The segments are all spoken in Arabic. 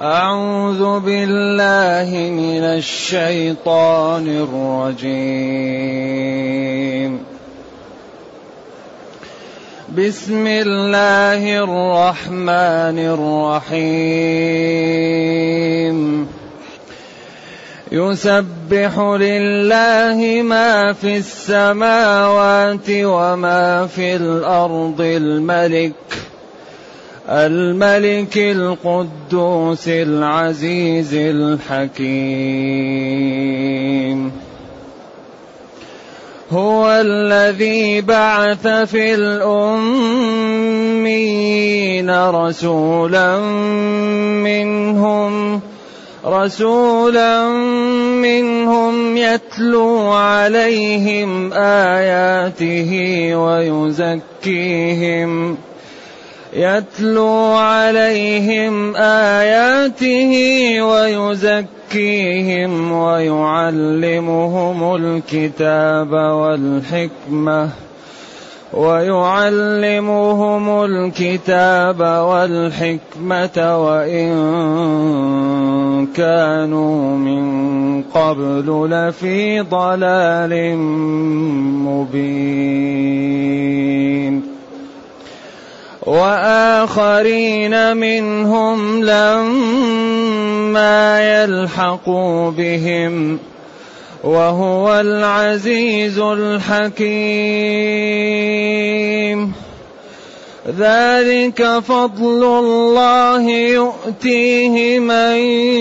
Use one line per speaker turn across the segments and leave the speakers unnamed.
أعوذ بالله من الشيطان الرجيم. بسم الله الرحمن الرحيم. يسبح لله ما في السماوات وما في الأرض الملك القدوس العزيز الحكيم. هو الذي بعث في الأميين رسولا منهم يتلو عليهم آياته ويزكيهم ويعلمهم الكتاب والحكمة وإن كانوا من قبل لفي ضلال مبين. وآخرين منهم لما يلحقوا بهم وهو العزيز الحكيم. ذلك فضل الله يؤتيه من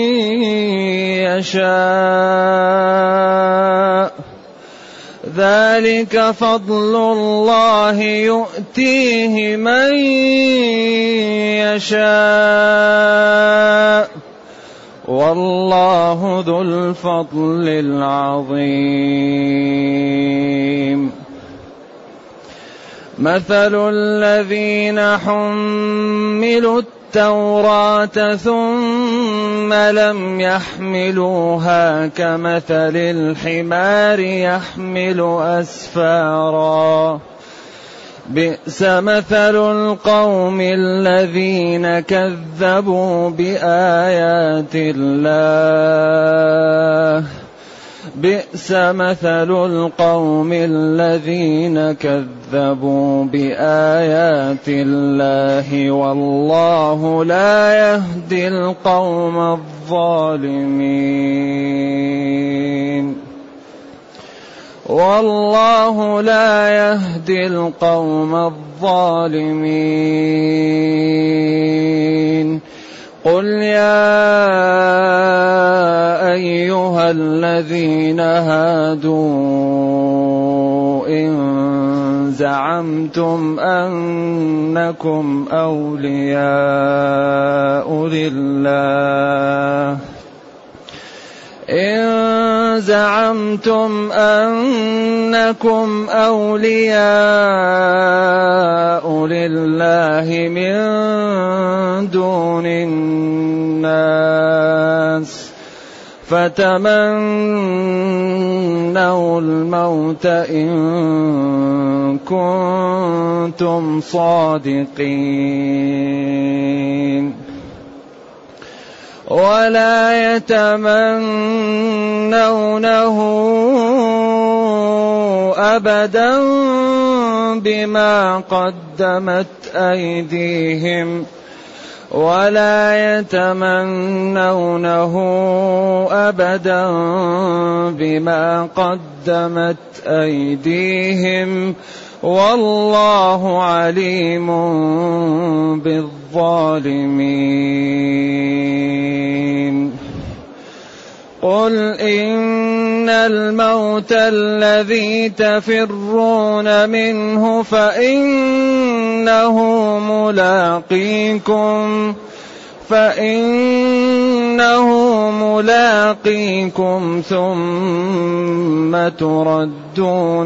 يشاء والله ذو الفضل العظيم. مثل الذين حملوا التوراة ثم لم يحملوها كمثل الحمار يحمل أسفارا. بئس مثل القوم الذين كذبوا بآيات الله والله لا يهدي القوم الظالمين. قل يا أيها الذين هادوا إن زعمتم أنكم أولياء لله من دون الناس فتمنوا الموت إن كنتم صادقين ولا يتمنونه أبدا بما قدمت أيديهم والله عليم بالظالمين. قل إن الموت الذي تفرون منه فإنه ملاقيكم ثم تردون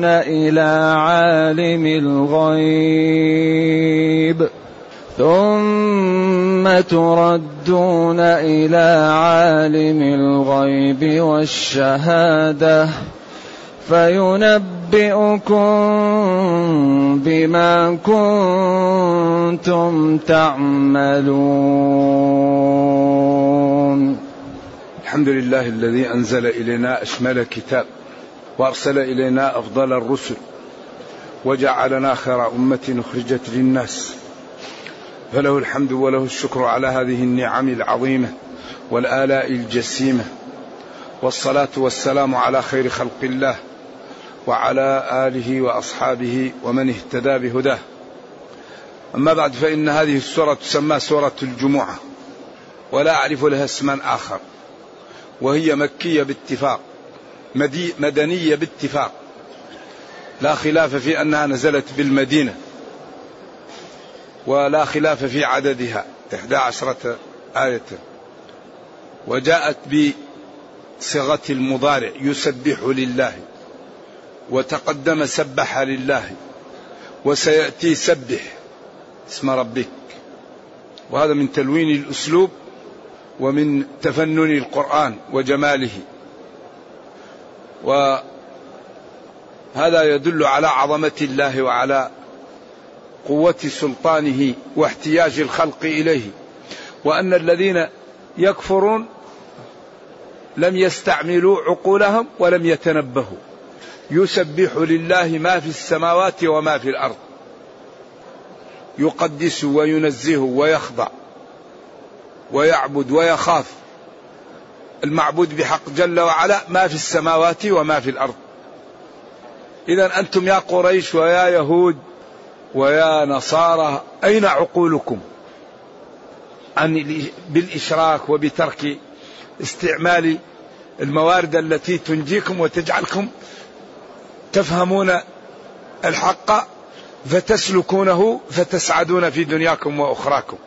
إلى عالم الغيب والشهادة فينبئكم بما كنتم تعملون.
الحمد لله الذي أنزل إلينا أشمل كتاب وأرسل إلينا أفضل الرسل وجعلنا خير أمة أخرجت للناس، فله الحمد وله الشكر على هذه النعم العظيمة والآلاء الجسيمة، والصلاة والسلام على خير خلق الله وعلى آله وأصحابه ومن اهتدى بهداه. أما بعد، فإن هذه السورة تسمى سورة الجمعة، ولا أعرف لها اسما آخر، وهي مكية باتفاق، مدنية باتفاق، لا خلاف في أنها نزلت بالمدينة، ولا خلاف في عددها 11 آية، وجاءت بصيغة المضارع يسبح لله، وتقدم سبح لله، وسيأتي سبح اسم ربك. وهذا من تلوين الأسلوب ومن تفنن القرآن وجماله، وهذا يدل على عظمة الله وعلى قوة سلطانه واحتياج الخلق إليه، وأن الذين يكفرون لم يستعملوا عقولهم ولم يتنبهوا. يسبح لله ما في السماوات وما في الأرض، يقدس وينزه ويخضع ويعبد ويخاف المعبود بحق جل وعلا ما في السماوات وما في الأرض. إذن أنتم يا قريش ويا يهود ويا نصارى، أين عقولكم بالإشراك وبترك استعمال الموارد التي تنجيكم وتجعلكم تفهمون الحق فتسلكونه فتسعدون في دنياكم وأخراكم؟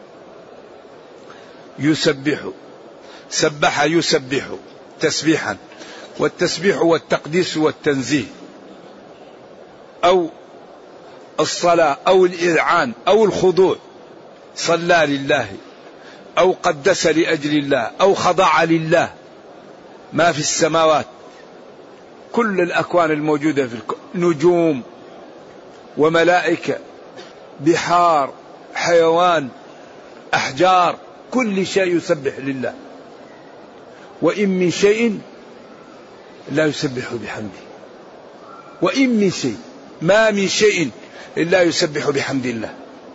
يسبح، سبح يسبح تسبيحا، والتسبيح والتقديس والتنزيه، أو الصلاة أو الإذعان أو الخضوع، صلى لله أو قدس لأجل الله أو خضع لله. ما في السماوات، كل الأكوان الموجودة في الكون، نجوم وملائكة، بحار، حيوان، أحجار، كل شيء يسبح لله. وإن من شيء لا يسبح بحمده، وإن من شيء، ما من شيء إلا يسبح بحمد الله،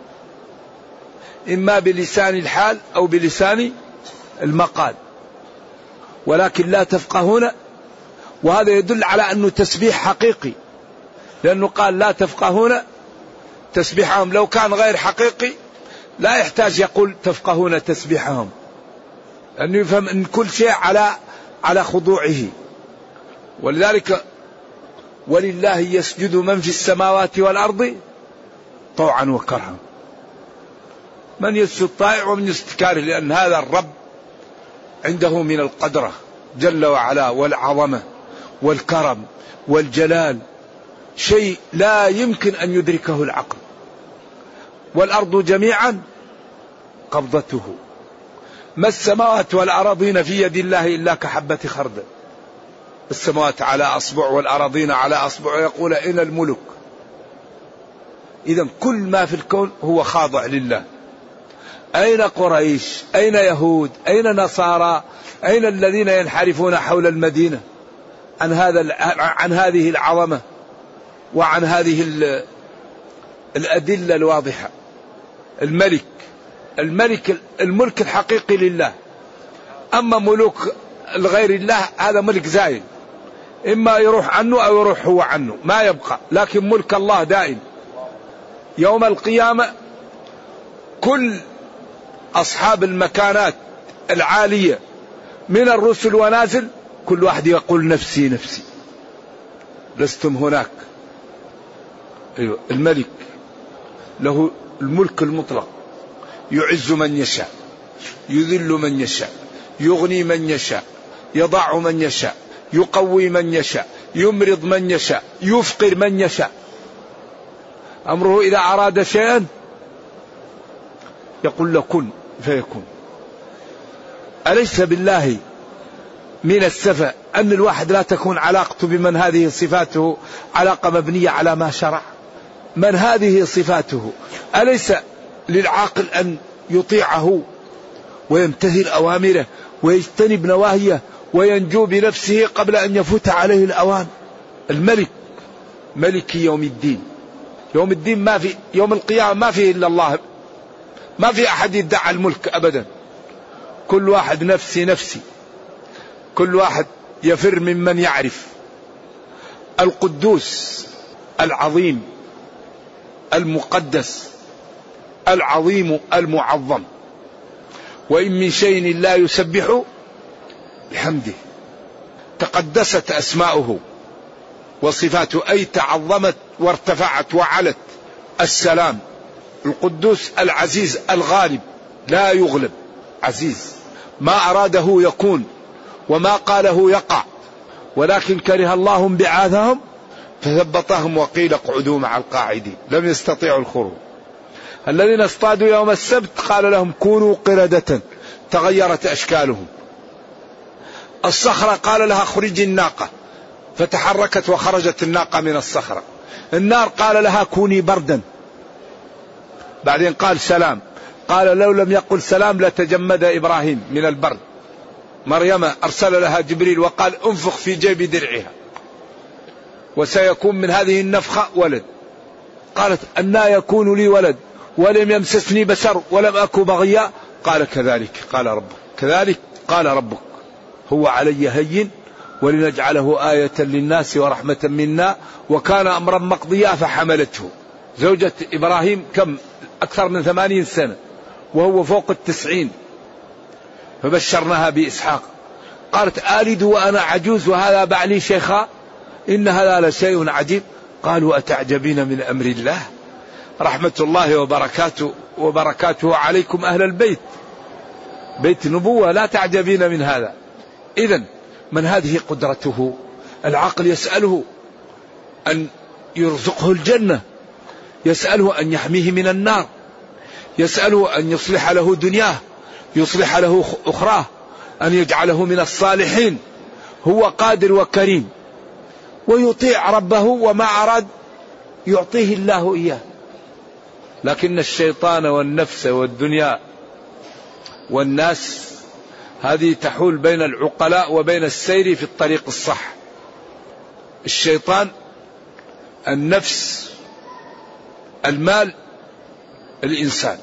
إما بلسان الحال أو بلسان المقال، ولكن لا تفقهون. وهذا يدل على أنه تسبيح حقيقي، لأنه قال لا تفقهون تسبيحهم. لو كان غير حقيقي لا يحتاج يقول تفقهون تسبيحهم، لأنه يفهم أن كل شيء على خضوعه. ولذلك ولله يسجد من في السماوات والأرض طوعا وكرها، من يسجد طائع ومن يسجد كاره، لأن هذا الرب عنده من القدرة جل وعلا والعظمة والكرم والجلال شيء لا يمكن أن يدركه العقل. والأرض جميعا قبضته، ما السماوات والأراضين في يد الله إلا كحبة خردل. السماوات على أصبع والأراضين على أصبع، يقول أين الملك؟ إذن كل ما في الكون هو خاضع لله. أين قريش؟ أين يهود؟ أين نصارى؟ أين الذين ينحرفون حول المدينة عن هذه العظمة وعن هذه الأدلة الواضحة؟ الملك الحقيقي لله. أما ملوك الغير الله هذا ملك زائل، إما يروح عنه أو يروح هو عنه، ما يبقى. لكن ملك الله دائم. يوم القيامة كل أصحاب المكانات العالية من الرسل ونازل، كل واحد يقول نفسي نفسي، لستم هناك. أيوة، الملك له الملك المطلق، يعز من يشاء، يذل من يشاء، يغني من يشاء، يضع من يشاء، يقوي من يشاء، يمرض من يشاء، يفقر من يشاء. أمره إذا أراد شيئا يقول له كن فيكون. أليس بالله من السفة أن الواحد لا تكون علاقته بمن هذه صفاته علاقة مبنية على ما شرع؟ من هذه صفاته، أليس للعاقل أن يطيعه ويمتثل أوامره ويجتنب نواهيه وينجو بنفسه قبل أن يفوت عليه الأوان. الملك ملك يوم الدين. يوم الدين ما في، يوم القيامة ما فيه إلا الله، ما في أحد يدعي الملك أبدا. كل واحد نفسي نفسي، كل واحد يفر ممن يعرف. القدوس العظيم المقدس العظيم المعظم، وإن من شيء لا يسبح بحمده. تقدست أسماؤه وصفاته، أي تعظمت وارتفعت وعلت. السلام، القدوس العزيز الغالب لا يغلب، عزيز، ما أراده يكون وما قاله يقع، ولكن كره الله انبعاثهم فثبطهم وقيل اقعدوا مع القاعدين، لم يستطيعوا الخروج. الذين اصطادوا يوم السبت قال لهم كونوا قردة تغيرت أشكالهم. الصخرة قال لها اخرجي الناقة فتحركت وخرجت الناقة من الصخرة. النار قال لها كوني بردا، بعدين قال سلام، قال لو لم يقل سلام لتجمد إبراهيم من البرد. مريم أرسل لها جبريل وقال انفخ في جيب درعها وسيكون من هذه النفخة ولد. قالت أنا يكون لي ولد ولم يمسسني بشر ولم أكن بغيا. قال كذلك قال ربك، كذلك قال ربك هو علي هين ولنجعله آية للناس ورحمة منا وكان أمرا مقضيا. فحملته زوجة إبراهيم كم أكثر من 80 سنة وهو فوق 90، فبشرناها بإسحاق. قالت آلد وأنا عجوز وهذا بعلي شيخا إن هذا لشيء عجيب. قالوا أتعجبين من أمر الله رحمة الله وبركاته عليكم أهل البيت، بيت نبوة، لا تعجبين من هذا. إذن من هذه قدرته. العقل يسأله أن يرزقه الجنة، يسأله أن يحميه من النار، يسأله أن يصلح له دنياه، يصلح له أخراه، أن يجعله من الصالحين. هو قادر وكريم، ويطيع ربه وما أراد يعطيه الله إياه. لكن الشيطان والنفس والدنيا والناس هذه تحول بين العقلاء وبين السير في الطريق الصح. الشيطان، النفس، المال، الإنسان،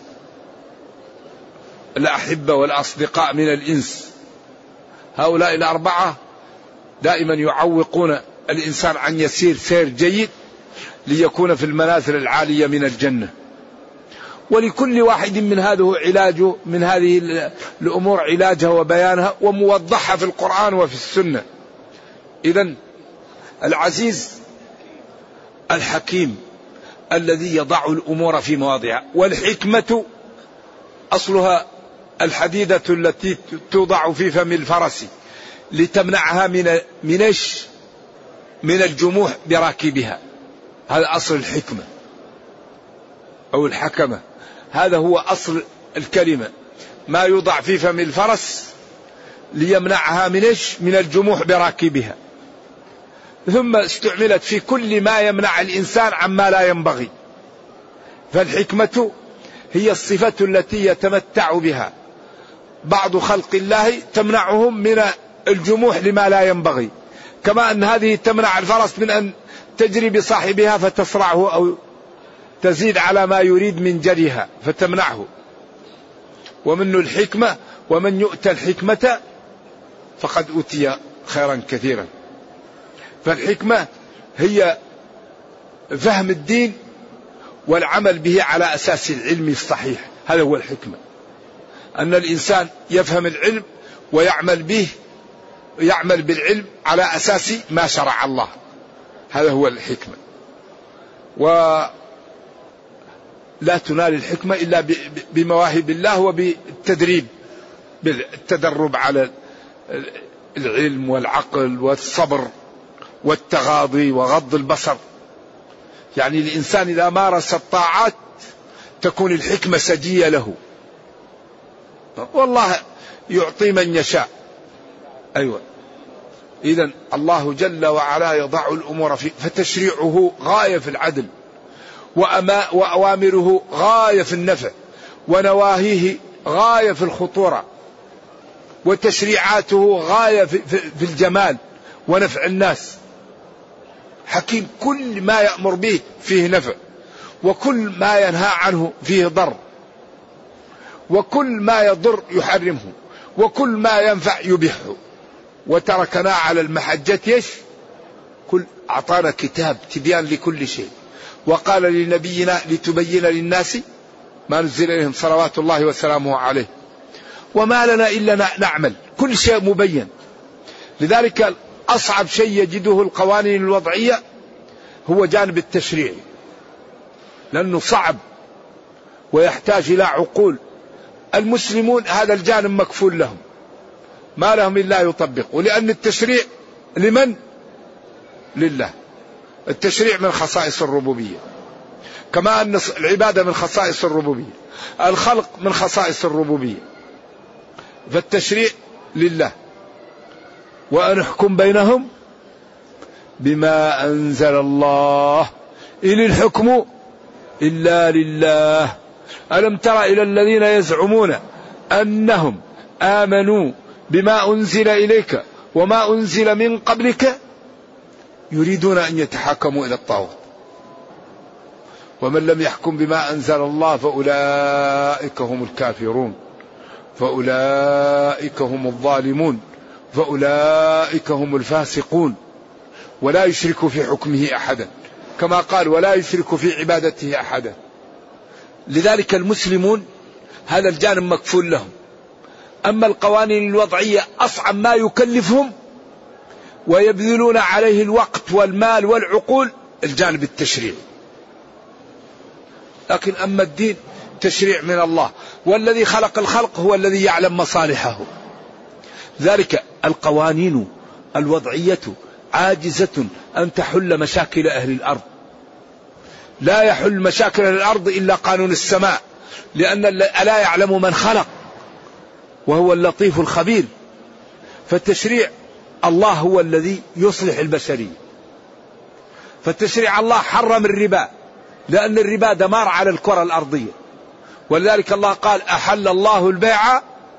الأحبة والأصدقاء من الإنس، هؤلاء الأربعة دائما يعوقون الإنسان عن يسير سير جيد ليكون في المنازل العالية من الجنة. ولكل واحد من هذه علاجه، من هذه الأمور علاجها وبيانها وموضحها في القرآن وفي السنة. إذن العزيز الحكيم الذي يضع الأمور في مواضعها. والحكمة أصلها الحديدة التي توضع في فم الفرس لتمنعها من الجموح براكبها. هذا أصل الحكمة أو الحكمة، هذا هو أصل الكلمة، ما يوضع في فم الفرس ليمنعها من الجموح براكبها. ثم استعملت في كل ما يمنع الإنسان عما لا ينبغي. فالحكمة هي الصفة التي يتمتع بها بعض خلق الله تمنعهم من الجموح لما لا ينبغي، كما أن هذه تمنع الفرس من أن تجري بصاحبها فتصرعه أو تزيد على ما يريد من جريها فتمنعه. ومنه الحكمة، ومن يؤتى الحكمة فقد أوتي خيرا كثيرا. فالحكمة هي فهم الدين والعمل به على أساس العلم الصحيح. هذا هو الحكمة، أن الإنسان يفهم العلم ويعمل به، يعمل بالعلم على أساس ما شرع الله. هذا هو الحكمة. ولا تنال الحكمة إلا بمواهب الله وبالتدريب، بالتدرب على العلم والعقل والصبر والتغاضي وغض البصر. يعني الإنسان إذا مارس الطاعات تكون الحكمة سجية له. والله يعطي من يشاء. أيوة. إذن الله جل وعلا يضع الأمور فتشريعه غاية في العدل، وأوامره غاية في النفع، ونواهيه غاية في الخطورة. وتشريعاته غاية في الجمال ونفع الناس. حكيم، كل ما يأمر به فيه نفع، وكل ما ينهى عنه فيه ضر، وكل ما يضر يحرمه، وكل ما ينفع يبيحه. وتركنا على المحجة كل أعطانا كتاب تبيان لكل شيء، وقال لنبينا لتبين للناس ما نزل إليهم صلوات الله وسلامه عليه. وما لنا إلا نعمل، كل شيء مبين. لذلك أصعب شيء يجده القوانين الوضعية هو جانب التشريع، لأنه صعب ويحتاج إلى عقول. المسلمون هذا الجانب مكفول لهم، ما لهم إلا يطبقوا، لأن التشريع لمن؟ لله. التشريع من خصائص الربوبية، كما أن العبادة من خصائص الربوبية، الخلق من خصائص الربوبية. فالتشريع لله. وأن احكم بينهم بما أنزل الله إن الحكم إلا لله. ألم تر إلى الذين يزعمون أنهم آمنوا بما أنزل إليك وما أنزل من قبلك يريدون أن يتحاكموا إلى الطاغوت ومن لم يحكم بما أنزل الله فأولئك هم الكافرون، فأولئك هم الظالمون، فأولئك هم الفاسقون. ولا يشرك في حكمه أحدا، كما قال ولا يشرك في عبادته أحدا. لذلك المسلمون هذا الجانب مكفول لهم. أما القوانين الوضعية أصعب ما يكلفهم ويبذلون عليه الوقت والمال والعقول الجانب التشريعي. لكن أما الدين تشريع من الله، والذي خلق الخلق هو الذي يعلم مصالحه. ذلك القوانين الوضعية عاجزة أن تحل مشاكل أهل الأرض. لا يحل مشاكل أهل الأرض إلا قانون السماء، لأن ألا يعلم من خلق وهو اللطيف الخبير. فالتشريع الله هو الذي يصلح البشرية. فالتشريع الله حرم الربا، لأن الربا دمار على الكرة الأرضية. ولذلك الله قال أحل الله البيع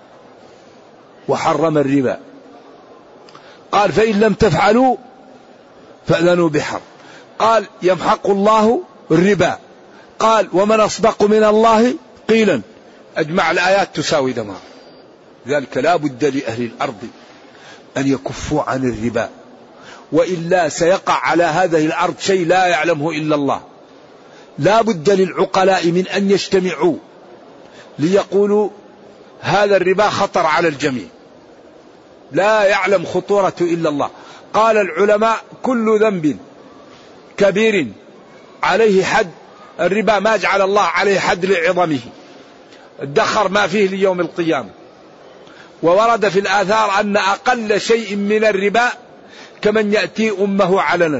وحرم الربا. قال فإن لم تفعلوا فأذنوا بحرب. قال يمحق الله الربا. قال ومن أصدق من الله قيلا. أجمع الآيات تساوي دمار. لذلك لا بد لأهل الأرض أن يكفوا عن الربا، وإلا سيقع على هذه الأرض شيء لا يعلمه إلا الله. لا بد للعقلاء من أن يجتمعوا ليقولوا هذا الربا خطر على الجميع، لا يعلم خطورته إلا الله. قال العلماء كل ذنب كبير عليه حد، الربا ما جعل الله عليه حد لعظمه، ادخر ما فيه ليوم القيامة. وورد في الآثار أن أقل شيء من الربا كمن يأتي أمه علنا،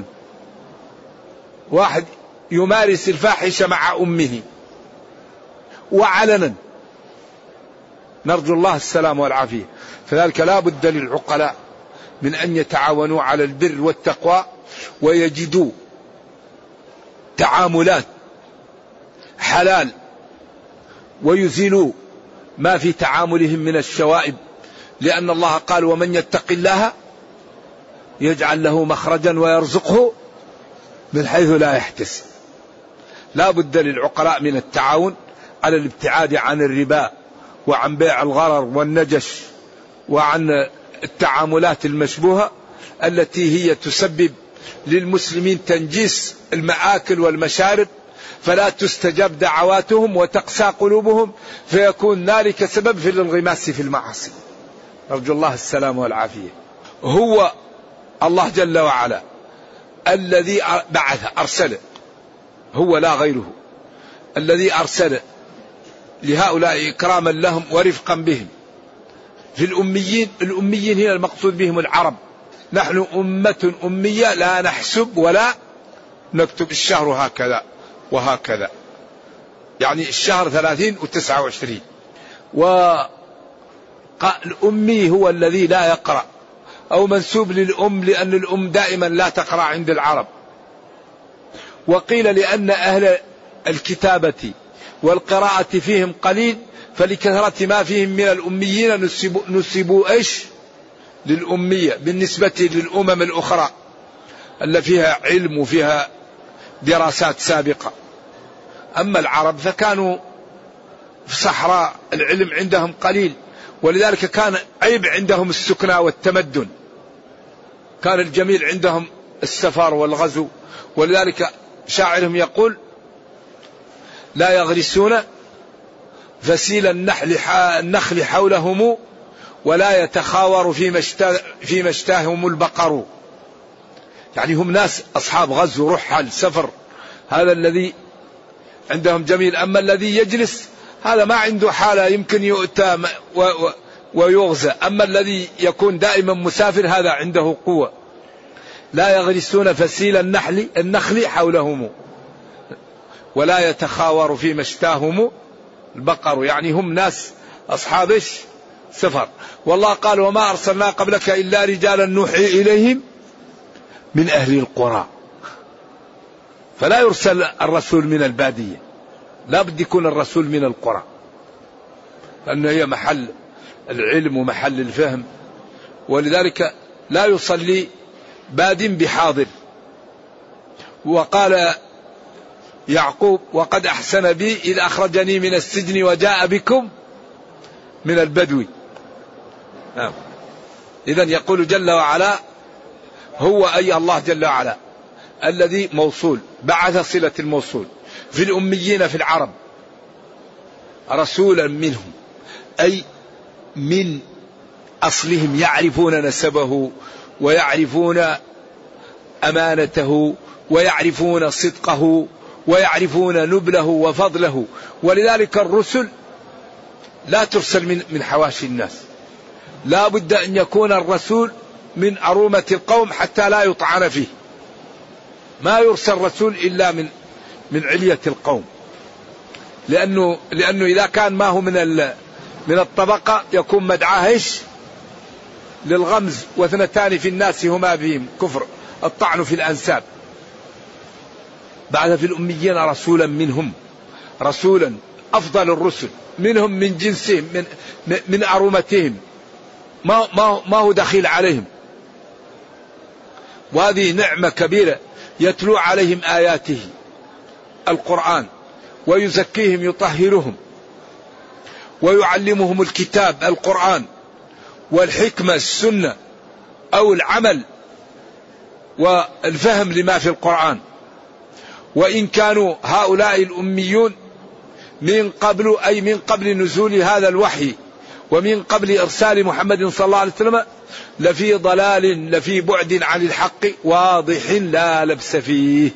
واحد يمارس الفاحشة مع أمه وعلنا، نرجو الله السلام والعافية. فذلك لا بد للعقلاء من أن يتعاونوا على البر والتقوى ويجدوا تعاملات حلال ويزيلوا ما في تعاملهم من الشوائب، لأن الله قال ومن يتق الله يجعل له مخرجا ويرزقه من حيث لا يحتسب. لا بد للعقلاء من التعاون على الابتعاد عن الربا وعن بيع الغرر والنجش وعن التعاملات المشبوهة التي هي تسبب للمسلمين تنجيس المآكل والمشارب، فلا تستجاب دعواتهم وتقسى قلوبهم، فيكون ذلك سبب في الانغماس في المعاصي. نرجو الله السلام والعافية. هو الله جل وعلا الذي أرسل، هو لا غيره، الذي أرسل لهؤلاء إكراما لهم ورفقا بهم. في الأميين هنا المقصود بهم العرب. نحن أمة أمية لا نحسب ولا نكتب، الشهر هكذا وهكذا، يعني الشهر 30 و29. والأمي هو الذي لا يقرأ، أو منسوب للأم لأن الأم دائما لا تقرأ عند العرب. وقيل لأن أهل الكتابة والقراءة فيهم قليل فلكثرة ما فيهم من الأميين نسبوا إيش للأمية بالنسبة للأمم الأخرى اللي فيها علم وفيها دراسات سابقة. أما العرب فكانوا في صحراء، العلم عندهم قليل، ولذلك كان عيب عندهم السكنى والتمدن، كان الجميل عندهم السفر والغزو. ولذلك شاعرهم يقول: لا يغرسون فسيل النخل حولهم ولا يتخاور فيما اشتاهم البقر. يعني هم ناس أصحاب غزو، رحل، سفر، هذا الذي عندهم جميل. أما الذي يجلس هذا ما عنده حالة، يمكن يؤتى ويغزى. أما الذي يكون دائما مسافر هذا عنده قوة. لا يغرسون فسيل النخل حولهم ولا يتخاور فيما اشتاهم البقر. يعني هم ناس أصحاب سفر. والله قال: وما أرسلنا قبلك إلا رجالا نوحي إليهم من أهل القرى. فلا يرسل الرسول من البادية، لا بد يكون الرسول من القرى، لأنه هي محل العلم ومحل الفهم. ولذلك لا يصلي باد بحاضر. وقال يعقوب: وقد أحسن بي إذ أخرجني من السجن وجاء بكم من البدو. إذن يقول جل وعلا هو أي الله جل وعلا الذي موصول، بعث صلة الموصول في الأميين في العرب رسولا منهم، أي من أصلهم، يعرفون نسبه ويعرفون أمانته ويعرفون صدقه ويعرفون نبله وفضله. ولذلك الرسل لا ترسل من حواشي الناس، لا بد أن يكون الرسول من أرومة القوم حتى لا يطعن فيه. ما يرسل رسول إلا من علية القوم، لأنه إذا كان ما هو من الطبقة يكون مدعاه للغمز. واثنتان في الناس هما بهم كفر: الطعن في الأنساب. بعد في الأميين رسولا منهم، رسولا أفضل الرسل منهم، من جنسهم، من أرومتهم، ما هو دخيل عليهم. وهذه نعمة كبيرة. يتلو عليهم آياته القرآن ويزكيهم يطهرهم ويعلمهم الكتاب القرآن والحكمة السنة أو العمل والفهم لما في القرآن. وإن كانوا هؤلاء الأميون من قبل، أي من قبل نزول هذا الوحي ومن قبل إرسال محمد صلى الله عليه وسلم، لفي ضلال، لفي بعد عن الحق واضح لا لبس فيه.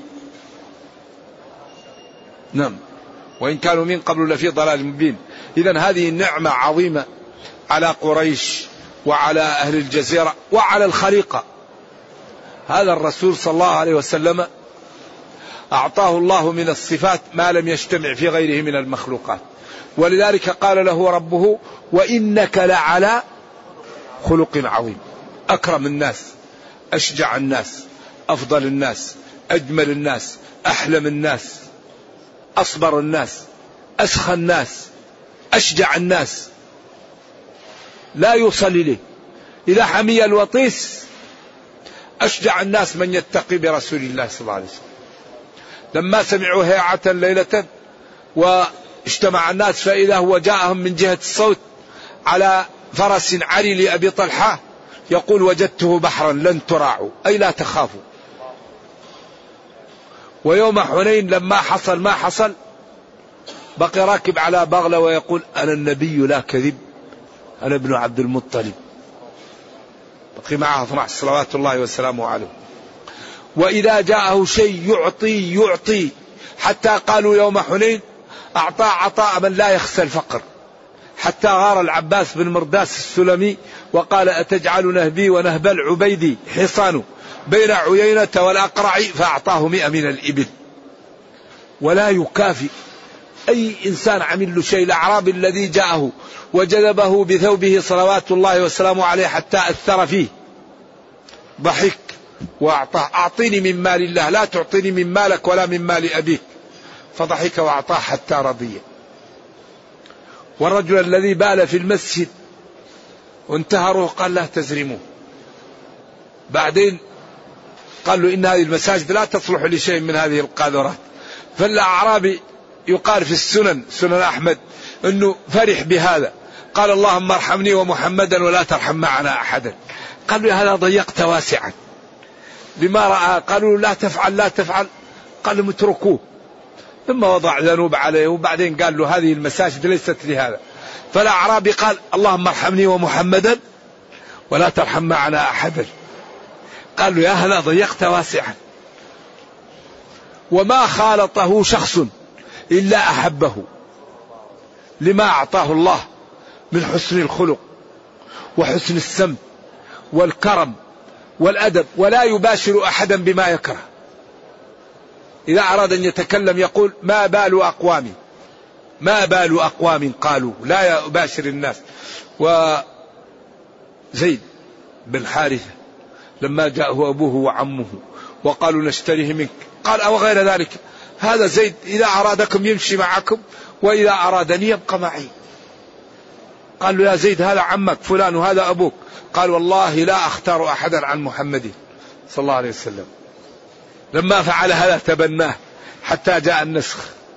نعم، وإن كانوا من قبل لفي ضلال مبين. إذن هذه نعمة عظيمة على قريش وعلى أهل الجزيرة وعلى الخليقة. هذا الرسول صلى الله عليه وسلم أعطاه الله من الصفات ما لم يجتمع في غيره من المخلوقات. ولذلك قال له ربه: وإنك لعلى خلق عظيم. أكرم الناس، أشجع الناس، أفضل الناس، أجمل الناس، أحلم الناس، أصبر الناس، أسخى الناس، أشجع الناس، لا يوصل إليه. إذا حمي الوطيس أشجع الناس من يتقي برسول الله صلى الله عليه وسلم. لما سمعوا هيعة ليلة واجتمع الناس فإذا هو جاءهم من جهة الصوت على فرس عري لأبي طلحة يقول: وجدته بحرا لن تراعوا، أي لا تخافوا. ويوم حنين لما حصل ما حصل بقي راكب على بغلة ويقول: أنا النبي لا كذب، أنا ابن عبد المطلب. بقي معه 12 صلوات الله وسلامه عليه. وإذا جاءه شيء يعطي حتى قالوا يوم حنين: أعطى عطاء من لا يخشى الفقر. حتى غار العباس بن مرداس السلمي وقال: أتجعل نهبي ونهب العبيدي حصان بين عيينة والأقرع، فأعطاه 100 من الإبل. ولا يكافئ أي إنسان عمل له شيء. الأعرابي الذي جاءه وجذبه بثوبه صلوات الله وسلامه عليه حتى أثر فيه ضحك وأعطاه: أعطيني من مال الله، لا تعطيني من مالك ولا من مال أبيك. فضحك وأعطاه حتى رضي. والرجل الذي بال في المسجد وانتهروه قال لا تزرموه. بعدين قال له إن هذه المساجد لا تصلح لشيء من هذه القاذورات. فالأعرابي يقال في السنن، سنن أحمد، أنه فرح بهذا، قال اللهم ارحمني ومحمدا ولا ترحم معنا أحدا. قالوا هذا ضيقت واسعا. لما رأى قالوا لا تفعل لا تفعل، قال لهم اتركوه. ثم وضع ذنوب عليه، وبعدين قال له هذه المساجد ليست لهذا. فالأعرابي قال اللهم ارحمني ومحمدا ولا ترحم معنا أحدا. قال له يا هذا ضيقت واسعا. وما خالطه شخص إلا أحبه لما أعطاه الله من حسن الخلق وحسن السمت والكرم والأدب، ولا يباشر أحدا بما يكره. إذا أراد أن يتكلم يقول ما بال أقوام، ما بال أقوام قالوا، لا يباشر الناس. وزيد بن حارثة لما جاءه أبوه وعمه وقالوا نشتريه منك، قال أو غير ذلك، هذا زيد إذا أرادكم يمشي معكم وإذا أرادني يبقى معي. قال له يا زيد هذا عمك فلان وهذا أبوك. قال والله لا أختار أحدا عن محمد صلى الله عليه وسلم. لما فعل هذا تبناه حتى جاء النسخ،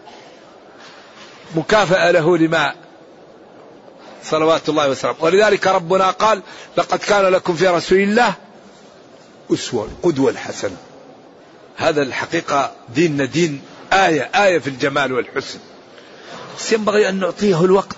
مكافأة له لما صلوات الله وسلامه. ولذلك ربنا قال لقد كان لكم في رسول الله أسوة قدوة حسنة. هذا الحقيقة ديننا دين آية في الجمال والحسن، بس ينبغي أن نعطيه الوقت.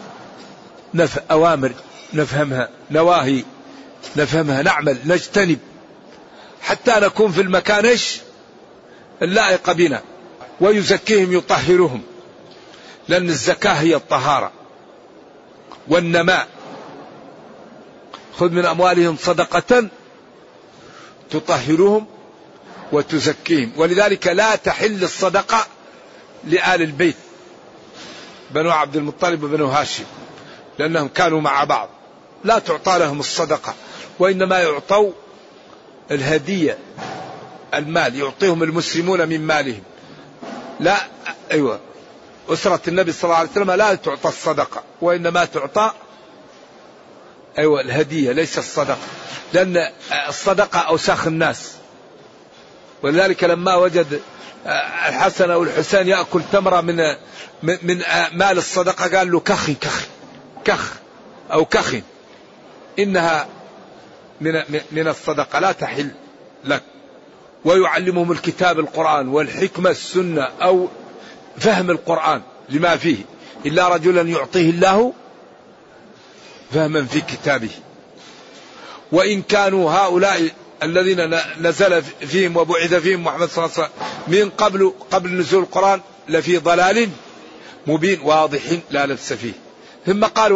أوامر نفهمها، نواهي نفهمها، نعمل نجتنب حتى نكون في المكان اللائق بنا. ويزكيهم يطهرهم، لأن الزكاة هي الطهارة والنماء. خذ من أموالهم صدقة تطهرهم وتزكيهم. ولذلك لا تحل الصدقة لآل البيت بنو عبد المطلب وبنو هاشم، لأنهم كانوا مع بعض، لا تعطى لهم الصدقة، وإنما يعطوا الهدية، المال يعطيهم المسلمون من مالهم. لا أيوة، أسرة النبي صلى الله عليه وسلم لا تعطى الصدقة، وإنما تعطى أيوة الهدية ليس الصدقة، لأن الصدقة أوساخ الناس. ولذلك لما وجد الحسن أو الحسين يأكل تمرة من مال الصدقة قال له كخ أو كخ، إنها من الصدقة لا تحل لك. ويعلمهم الكتاب القرآن والحكمة السنة أو فهم القرآن لما فيه، إلا رجلا يعطيه الله فهما في كتابه. وإن كانوا هؤلاء الذين نزل فيهم وبعث فيهم محمد صلى الله عليه وسلم من قبل نزول القرآن لفي ضلال مبين واضح لا لبس فيه. ثم قال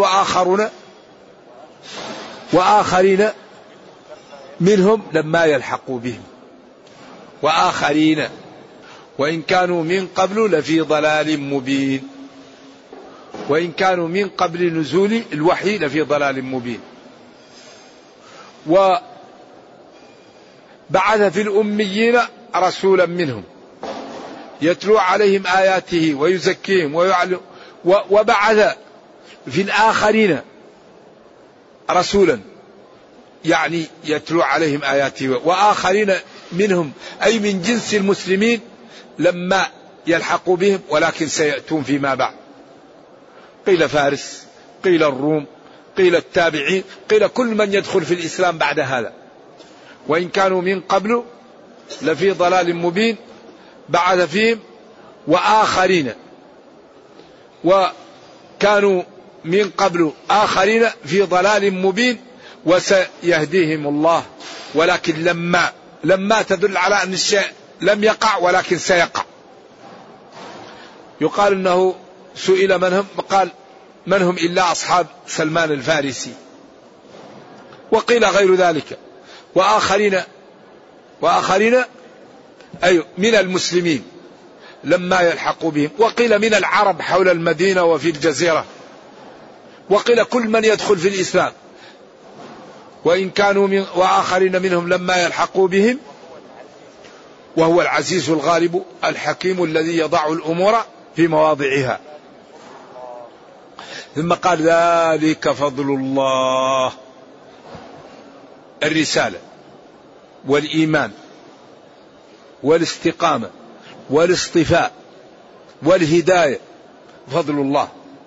وآخرين منهم لما يلحقوا بهم، وآخرين وإن كانوا من قبل لفي ضلال مبين، وإن كانوا من قبل نزول الوحي لفي ضلال مبين. وبعث في الأميين رسولا منهم يتلو عليهم آياته ويزكيهم ويعلم. وبعث في الآخرين رسولا يعني يتلو عليهم آياته، وآخرين منهم أي من جنس المسلمين لما يلحقوا بهم، ولكن سيأتون فيما بعد. قيل فارس، قيل الروم، قيل التابعين، قيل كل من يدخل في الإسلام بعد هذا. وإن كانوا من قبل لفي ضلال مبين بعث فيهم وآخرين، وكانوا من قبل آخرين في ضلال مبين وسيهديهم الله. ولكن لما تدل على أن الشيء لم يقع ولكن سيقع. يقال أنه سئل من هم، قال من هم إلا أصحاب سلمان الفارسي، وقيل غير ذلك. وآخرين أي من المسلمين لما يلحقوا بهم، وقيل من العرب حول المدينة وفي الجزيرة، وقيل كل من يدخل في الإسلام. وإن كانوا وآخرين منهم لما يلحقوا بهم وهو العزيز الغالب الحكيم الذي يضع الأمور في مواضعها. ثم قال ذلك فضل الله. الرسالة والإيمان والاستقامة والاصطفاء والهداية فضل الله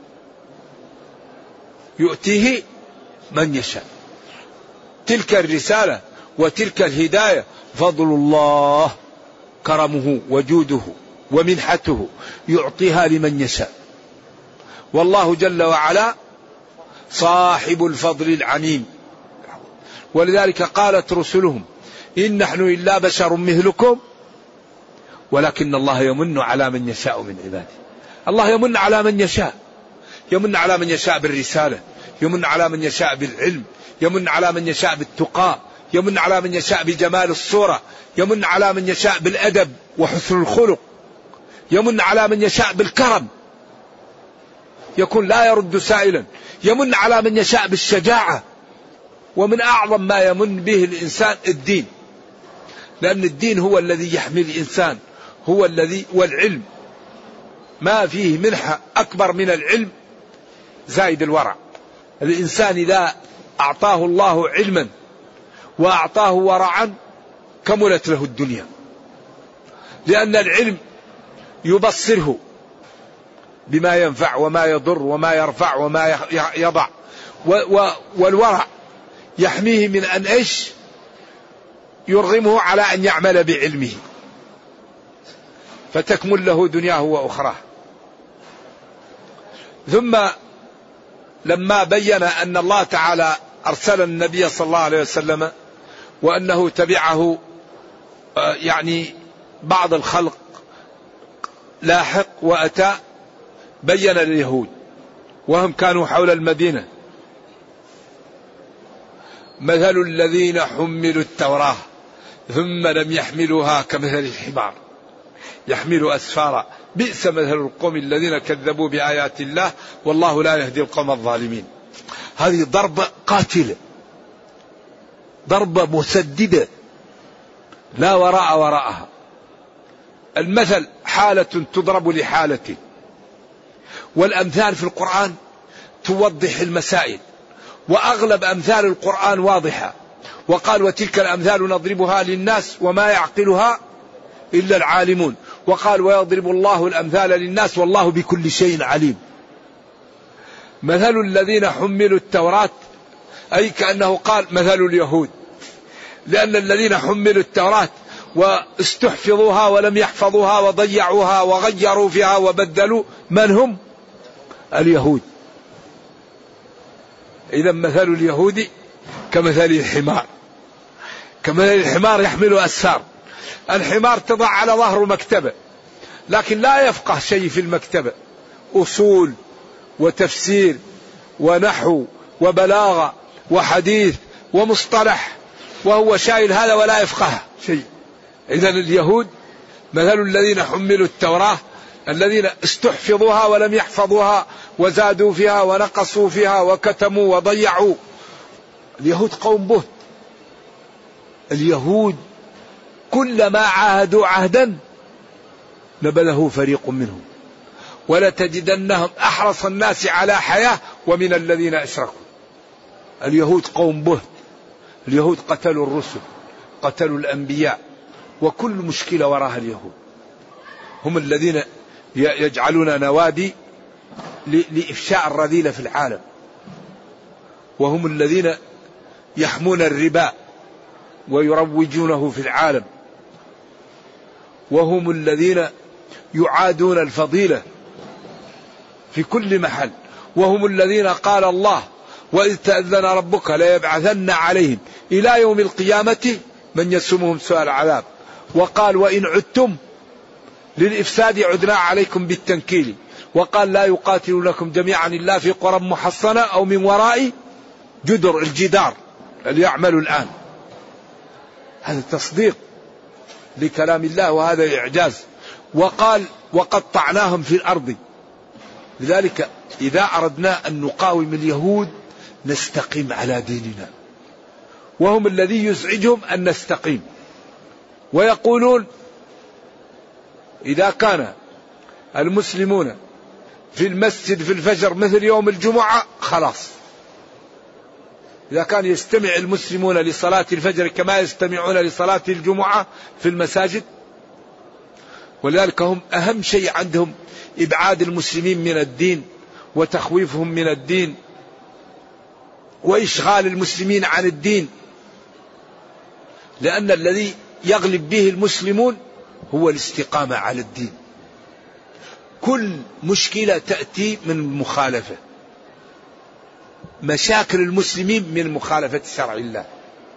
يؤتيه من يشاء. تلك الرسالة وتلك الهداية فضل الله، كرمه وجوده ومنحته يعطيها لمن يشاء. والله جل وعلا صاحب الفضل العميم. ولذلك قالت رسلهم إن نحن إلا بشر مثلكم ولكن الله يمن على من يشاء من عباده. الله يمن على من يشاء، يمن على من يشاء بالرسالة، يمن على من يشاء بالعلم، يمن على من يشاء بالتقى، يمن على من يشاء بجمال الصورة، يمن على من يشاء بالأدب وحسن الخلق، يمن على من يشاء بالكرم يكون لا يرد سائلا، يمن على من يشاء بالشجاعة. ومن أعظم ما يمن به الإنسان الدين، لأن الدين هو الذي يحمي الإنسان، هو الذي والعلم ما فيه منحة أكبر من العلم زايد الورع. الإنسان إذا أعطاه الله علما وأعطاه ورعا كملت له الدنيا، لأن العلم يبصره بما ينفع وما يضر وما يرفع وما يضع، والورع يحميه من أن إيش يرغمه على أن يعمل بعلمه فتكمل له دنياه وأخراه. ثم لما بين أن الله تعالى أرسل النبي صلى الله عليه وسلم وأنه تبعه يعني بعض الخلق لاحق وأتى، بين لليهود وهم كانوا حول المدينة مثل الذين حملوا التوراة ثم لم يحملوها كمثل الحمار يحمل أسفارا بئس مثل القوم الذين كذبوا بآيات الله والله لا يهدي القوم الظالمين. هذه ضربة قاتلة، ضربة مسددة لا وراء وراءها. المثل حالة تضرب لحالة، والأمثال في القرآن توضح المسائل، وأغلب أمثال القرآن واضحة. وقال وتلك الأمثال نضربها للناس وما يعقلها إلا العالمون. وقال ويضرب الله الأمثال للناس والله بكل شيء عليم. مثل الذين حملوا التوراة أي كأنه قال مثل اليهود، لأن الذين حملوا التوراة واستحفظوها ولم يحفظوها وضيعوها وغيروا فيها وبدلوا، من هم؟ اليهود. إذا مثل اليهود كمثل الحمار، كمثل الحمار يحمل أسفار. الحمار تضع على ظهر مكتبة لكن لا يفقه شيء في المكتبة، أصول وتفسير ونحو وبلاغة وحديث ومصطلح، وهو شايل هذا ولا يفقه شيء. إذن اليهود مثل الذين حملوا التوراة الذين استحفظوها ولم يحفظوها وزادوا فيها ونقصوا فيها وكتموا وضيعوا. اليهود قوم بهت. اليهود كلما عاهدوا عهدا نبذه فريق منهم ولتجدنهم أحرص الناس على حياة ومن الذين أشركوا. اليهود قوم بهت. اليهود قتلوا الرسل، قتلوا الأنبياء، وكل مشكلة وراها اليهود. هم الذين يجعلون نوادي لإفشاء الرذيلة في العالم، وهم الذين يحمون الربا ويروجونه في العالم، وهم الذين يعادون الفضيلة في كل محل، وهم الذين قال الله وإذ تأذن ربك ليبعثن عليهم إلى يوم القيامة من يسومهم سوء العذاب. وقال وإن عدتم للإفساد عدنا عليكم بالتنكيل. وقال لا يقاتلونكم جميعا إلا في قرى محصنة أو من وراء جدر، الجدار اللي يعملوا الآن. هذا تصديق لكلام الله وهذا إعجاز. وقال وقطعناهم في الأرض. لذلك إذا أردنا أن نقاوم اليهود نستقيم على ديننا، وهم الذي يزعجهم أن نستقيم. ويقولون إذا كان المسلمون في المسجد في الفجر مثل يوم الجمعة خلاص. إذا كان يستمع المسلمون لصلاة الفجر كما يستمعون لصلاة الجمعة في المساجد، ولذلك هم أهم شيء عندهم إبعاد المسلمين من الدين وتخويفهم من الدين وإشغال المسلمين عن الدين، لأن الذي يغلب به المسلمون هو الاستقامة على الدين. كل مشكلة تأتي من المخالفة، مشاكل المسلمين من مخالفة شرع الله،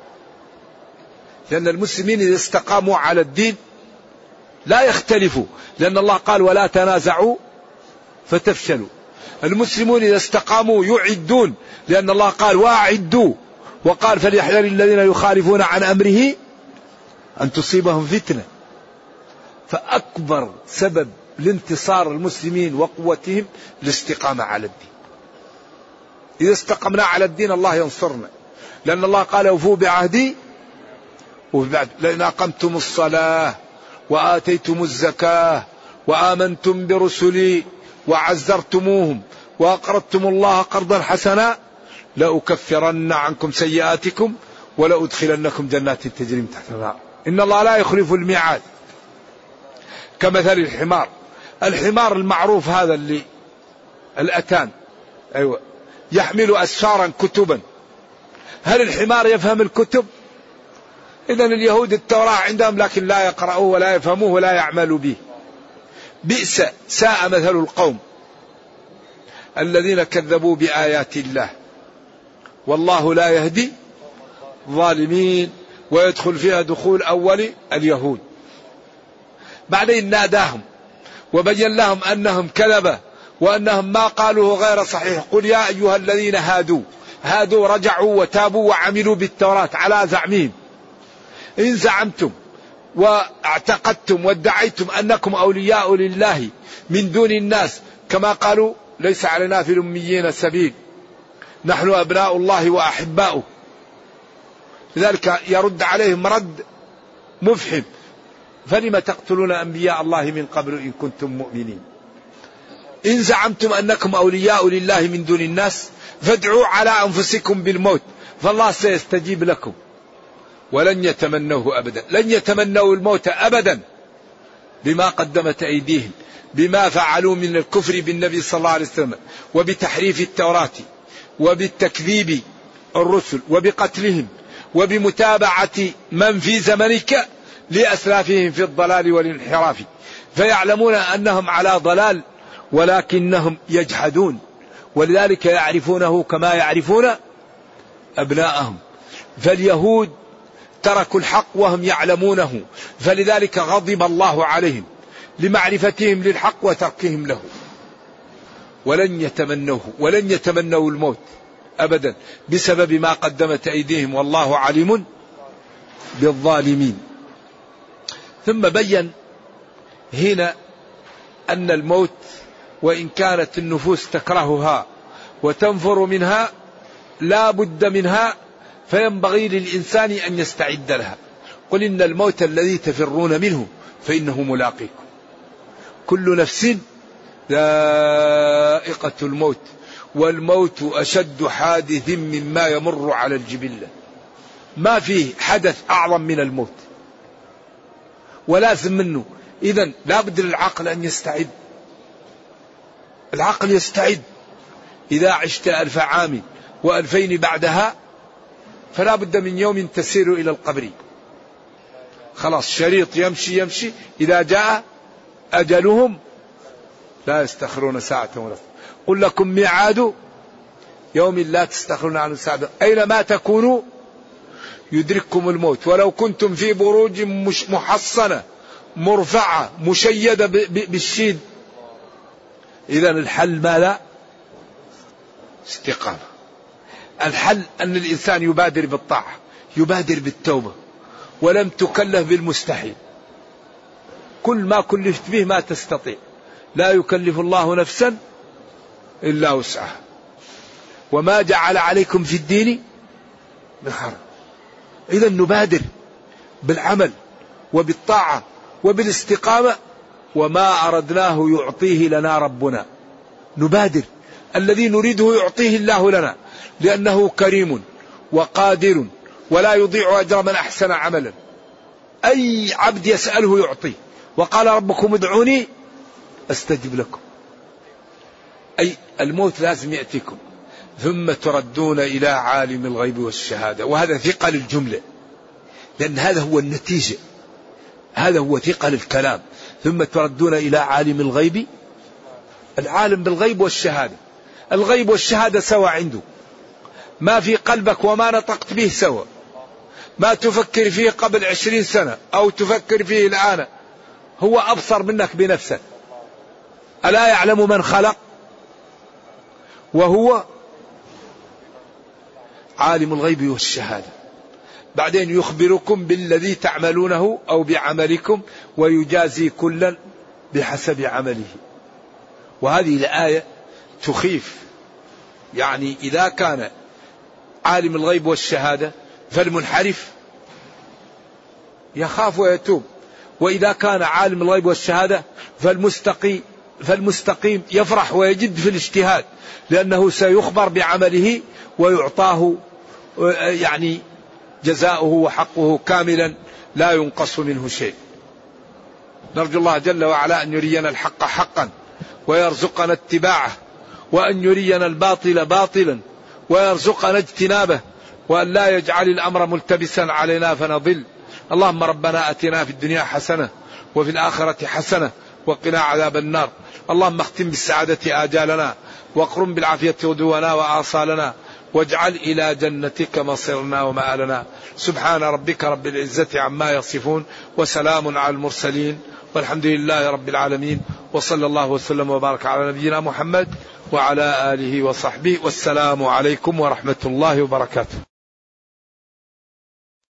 لأن المسلمين إذا استقاموا على الدين لا يختلفوا، لأن الله قال ولا تنازعوا فتفشلوا. المسلمون إذا استقاموا يعدون، لأن الله قال واعدوا، وقال فليحذر الذين يخالفون عن أمره أن تصيبهم فتنة. فأكبر سبب لانتصار المسلمين وقوتهم الاستقامة على الدين. إذا استقمنا على الدين الله ينصرنا، لأن الله قال اوفوا بعهدي وبعد لئن أقمتم الصلاة وآتيتم الزكاة وآمنتم برسلي وعزرتموهم وأقرضتم الله قرضا حسنا لأكفرن عنكم سيئاتكم ولأدخلنكم جنات تجري من تحتها الأنهار إن الله لا يخلف الميعاد. كمثل الحمار، الحمار المعروف هذا اللي الأتان، أيوة، يحمل أسفارا كتبا. هل الحمار يفهم الكتب؟ إذن اليهود التوراة عندهم لكن لا يقرأوه ولا يفهموه ولا يعملوا به. بئس ساء مثل القوم الذين كذبوا بآيات الله والله لا يهدي الظالمين. ويدخل فيها دخول أول اليهود. بعدين ناداهم وبين لهم أنهم كذبة وأنهم ما قالوه غير صحيح. قل يا أيها الذين هادوا رجعوا وتابوا وعملوا بالتوراة على زعمهم. إن زعمتم واعتقدتم وادعيتم أنكم أولياء لله من دون الناس كما قالوا ليس علينا في الأميين سبيل نحن أبناء الله وأحباؤه، لذلك يرد عليهم رد مفحم. فلم تقتلون أنبياء الله من قبل إن كنتم مؤمنين. إن زعمتم أنكم أولياء لله من دون الناس فادعوا على أنفسكم بالموت فالله سيستجيب لكم ولن يتمنوه أبدا. لن يتمنوا الموت أبدا بما قدمت أيديهم، بما فعلوا من الكفر بالنبي صلى الله عليه وسلم وبتحريف التوراة وبالتكذيب الرسل وبقتلهم وبمتابعة من في زمنك لأسلافهم في الضلال والانحراف، فيعلمون أنهم على ضلال ولكنهم يجحدون، ولذلك يعرفونه كما يعرفون أبناءهم. فاليهود تركوا الحق وهم يعلمونه، فلذلك غضب الله عليهم لمعرفتهم للحق وتركهم له. ولن يتمنوه ولن يتمنوا الموت أبدا بسبب ما قدمت أيديهم والله عليم بالظالمين. ثم بين هنا أن الموت وإن كانت النفوس تكرهها وتنفر منها لا بد منها، فينبغي للإنسان أن يستعد لها. قل إن الموت الذي تفرون منه فإنه ملاقيكم، كل نفس ذائقة الموت والموت أشد حادث مما يمر على الجبلة. ما فيه حدث أعظم من الموت ولازم منه. إذن لا بد للعقل أن يستعد. العقل يستعد. إذا عشت 1000 عام و2000 بعدها فلا بد من يوم تسير إلى القبر. خلاص شريط يمشي إذا جاء أجلهم لا يستخرون ساعة ولا. قل لكم ميعاد يوم لا تستخرون عنه ساعة. أينما تكونوا يدرككم الموت ولو كنتم في بروج محصنة مرفعة مشيدة بالشيد. إذن الحل ماذا؟ استقامة. الحل أن الإنسان يبادر بالطاعة، يبادر بالتوبة، ولم تكلف بالمستحيل. كل ما كلفت به ما تستطيع، لا يكلف الله نفسا إلا وسعها، وما جعل عليكم في الدين من حرج. إذا نبادر بالعمل وبالطاعة وبالاستقامة، وما أردناه يعطيه لنا ربنا نبادر. الذي نريده يعطيه الله لنا، لأنه كريم وقادر ولا يضيع أجر من أحسن عملا. أي عبد يسأله يعطيه، وقال ربكم ادعوني أستجب لكم. أي الموت لازم يأتيكم، ثم تردون إلى عالم الغيب والشهادة. وهذا ثقل الجملة، لأن هذا هو النتيجة، هذا هو ثقل الكلام. ثم تردون إلى عالم الغيب، العالم بالغيب والشهادة. الغيب والشهادة سوا عنده، ما في قلبك وما نطقت به سوا. ما تفكر فيه قبل 20 سنة أو تفكر فيه الآن، هو أبصر منك بنفسك. ألا يعلم من خلق وهو عالم الغيب والشهادة. بعدين يخبركم بالذي تعملونه أو بعملكم ويجازي كلا بحسب عمله. وهذه الآية تخيف، يعني إذا كان عالم الغيب والشهادة فالمنحرف يخاف ويتوب، وإذا كان عالم الغيب والشهادة فالمستقيم يفرح ويجد في الاجتهاد، لأنه سيخبر بعمله ويعطاه يعني جزاؤه وحقه كاملا لا ينقص منه شيء. نرجو الله جل وعلا أن يرينا الحق حقا ويرزقنا اتباعه، وأن يرينا الباطل باطلا ويرزقنا اجتنابه، وأن لا يجعل الأمر ملتبسا علينا فنضل. اللهم ربنا أتنا في الدنيا حسنة وفي الآخرة حسنة وقنا عذاب النار. اللهم اختم بالسعادة آجالنا، واقرم بالعافية غدونا وآصالنا، واجعل إلى جنتك مصيرنا ومآلنا. سبحان ربك رب العزة عما يصفون، وسلام على المرسلين، والحمد لله رب العالمين، وصلى الله وسلم وبارك على نبينا محمد وعلى آله وصحبه، والسلام عليكم ورحمة الله وبركاته.